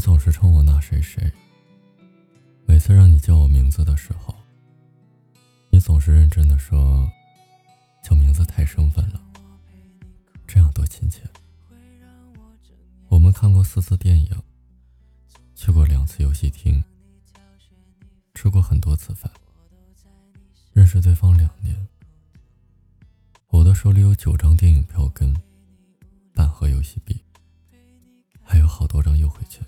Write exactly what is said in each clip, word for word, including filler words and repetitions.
总是称我那谁谁，每次让你叫我名字的时候，你总是认真的说叫名字太生分了，这样多亲切。我们看过四次电影，去过两次游戏厅，吃过很多次饭，认识对方两年。我的手里有九张电影票根，半盒游戏币，还有好多张优惠券。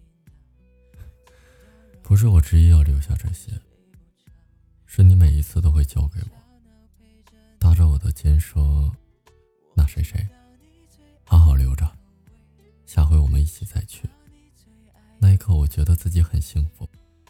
不是我执意要留下这些，是你每一次都会交给我，搭着我的肩说，那谁谁好好留着，下回我们一起再去。那一刻我觉得自己很幸福，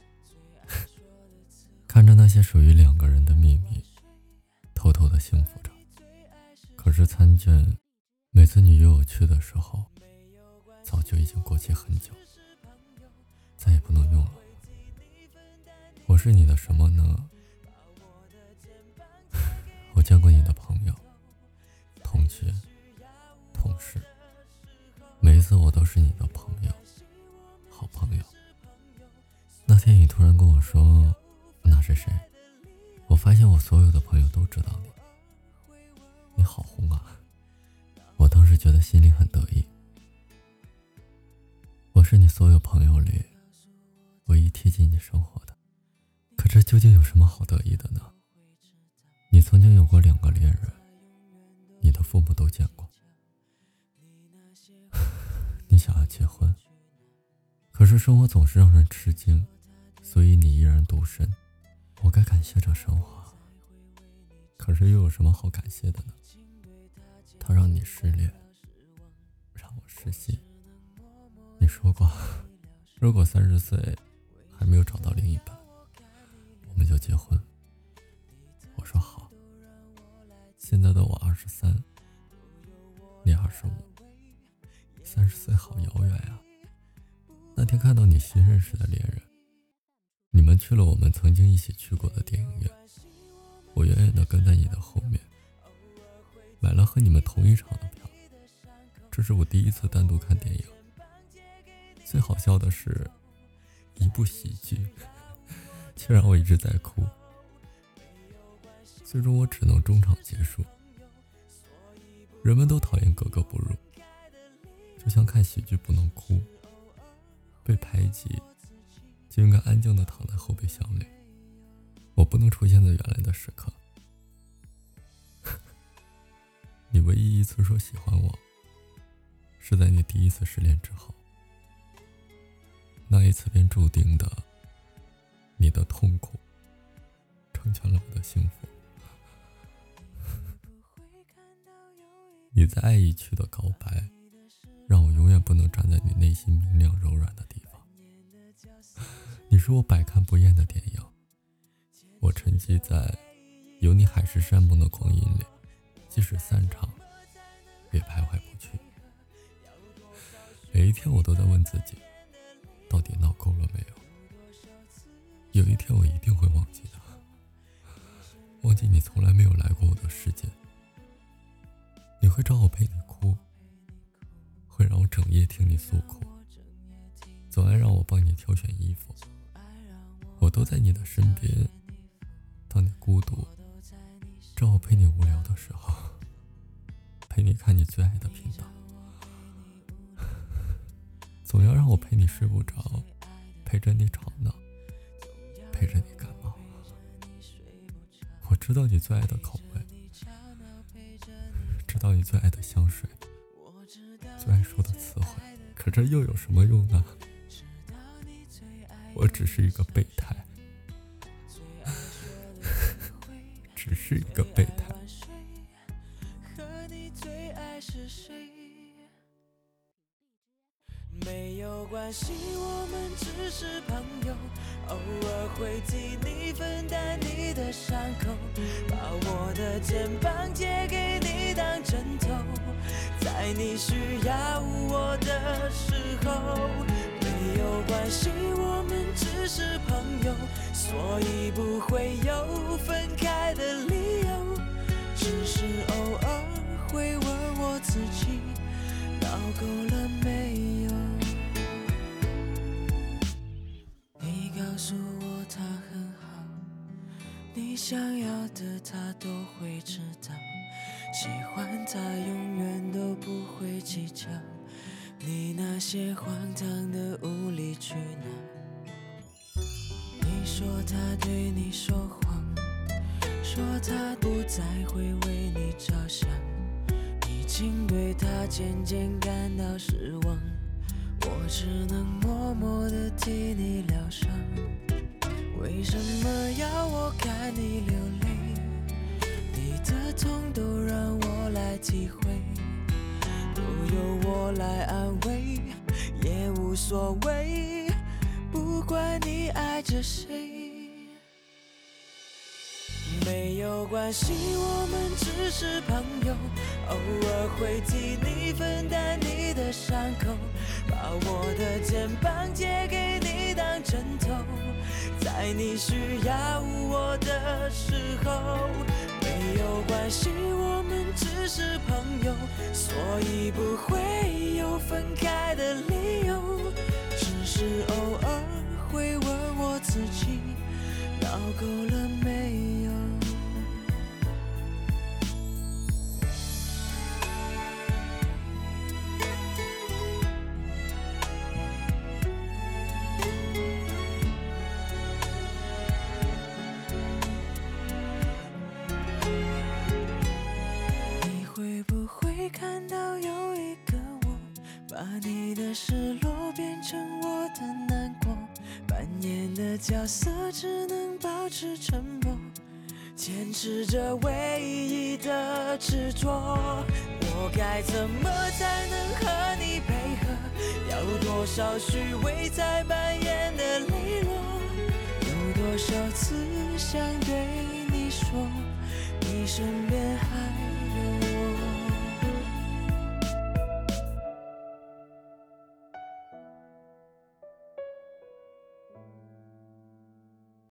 看着那些属于两个人的秘密，偷偷的幸福着。可是餐券每次你约我去的时候，早就已经过期很久，再也不能用了。我是你的什么呢？我见过你的朋友、同学、同事，每一次我都是你的朋友、好朋友。那天你突然跟我说那是谁，我发现我所有的朋友都知道你。你好红啊，我当时觉得心里很得意。我是你所有朋友里唯一贴近你生活的，可这究竟有什么好得意的呢？你曾经有过两个恋人，你的父母都见过。你想要结婚，可是生活总是让人吃惊，所以你一人独身。我该感谢这生活，可是又有什么好感谢的呢？他让你失恋，让我失信。你说过，如果三十岁还没有找到另一半，我们就结婚。我说好。现在的我二十三，你二十五，三十岁好遥远啊。那天看到你新认识的恋人，你们去了我们曾经一起去过的电影院，我远远地跟在你的后面，买了和你们同一场的票。这是我第一次单独看电影，最好笑的是，一部喜剧却让我一直在哭，最终我只能中场结束。人们都讨厌格格不入，就像看喜剧不能哭，被排挤就应该安静地躺在后备箱里。我不能出现在原来的时刻。你唯一一次说喜欢我，是在你第一次失恋之后，那一次便注定的，你的痛苦成全了我的幸福。你在爱已去的告白，让我永远不能站在你内心明亮柔软的地方。你是我百看不厌的电影，我沉寂在有你海誓山盟的光阴里，即使散场也徘徊不去。每一天我都在问自己，到底闹够了没有？有一天我一定会忘记的，忘记你从来没有来过我的世界。你会找我陪你哭，会让我整夜听你诉苦，总爱让我帮你挑选衣服。我都在你的身边，当你孤独，找我陪你无聊的时候，陪你看你最爱的频道。总要让我陪你睡不着，陪着你吵闹，陪着你感冒。我知道你最爱的口味，知道你最爱的香水，最爱说的词汇，可这又有什么用呢？我只是一个备胎，只是一个备胎。 没有关系，我们只是朋友，偶尔会替你分担你的伤口，把我的肩膀借给你当枕头，在你需要我的时候。没有关系，我们只是朋友，所以不会有分开的理由，只是偶尔会问我自己，闹够了没有。 会知道，喜欢他永远都不会计较你那些荒唐的无理取闹。你说他对你说谎，说他不再会为你着想，已经对他渐渐感到失望，我只能默默地替你疗伤。为什么要我看你流泪？你的痛都让我来体会，都由我来安慰，也无所谓，不管你爱着谁。没有关系，我们只是朋友，偶尔会替你分担你的伤口，把我的肩膀借给你当枕头，在你需要我的时候。没有关系，我们只是朋友，所以不会有分开的理由，只是偶尔会问我自己，闹够了没有。看到有一个我，把你的失落变成我的难过，扮演的角色只能保持沉默，坚持着唯一的执着。我该怎么才能和你配合？要多少虚伪才扮演的磊落？有多少次想对你说，你身边还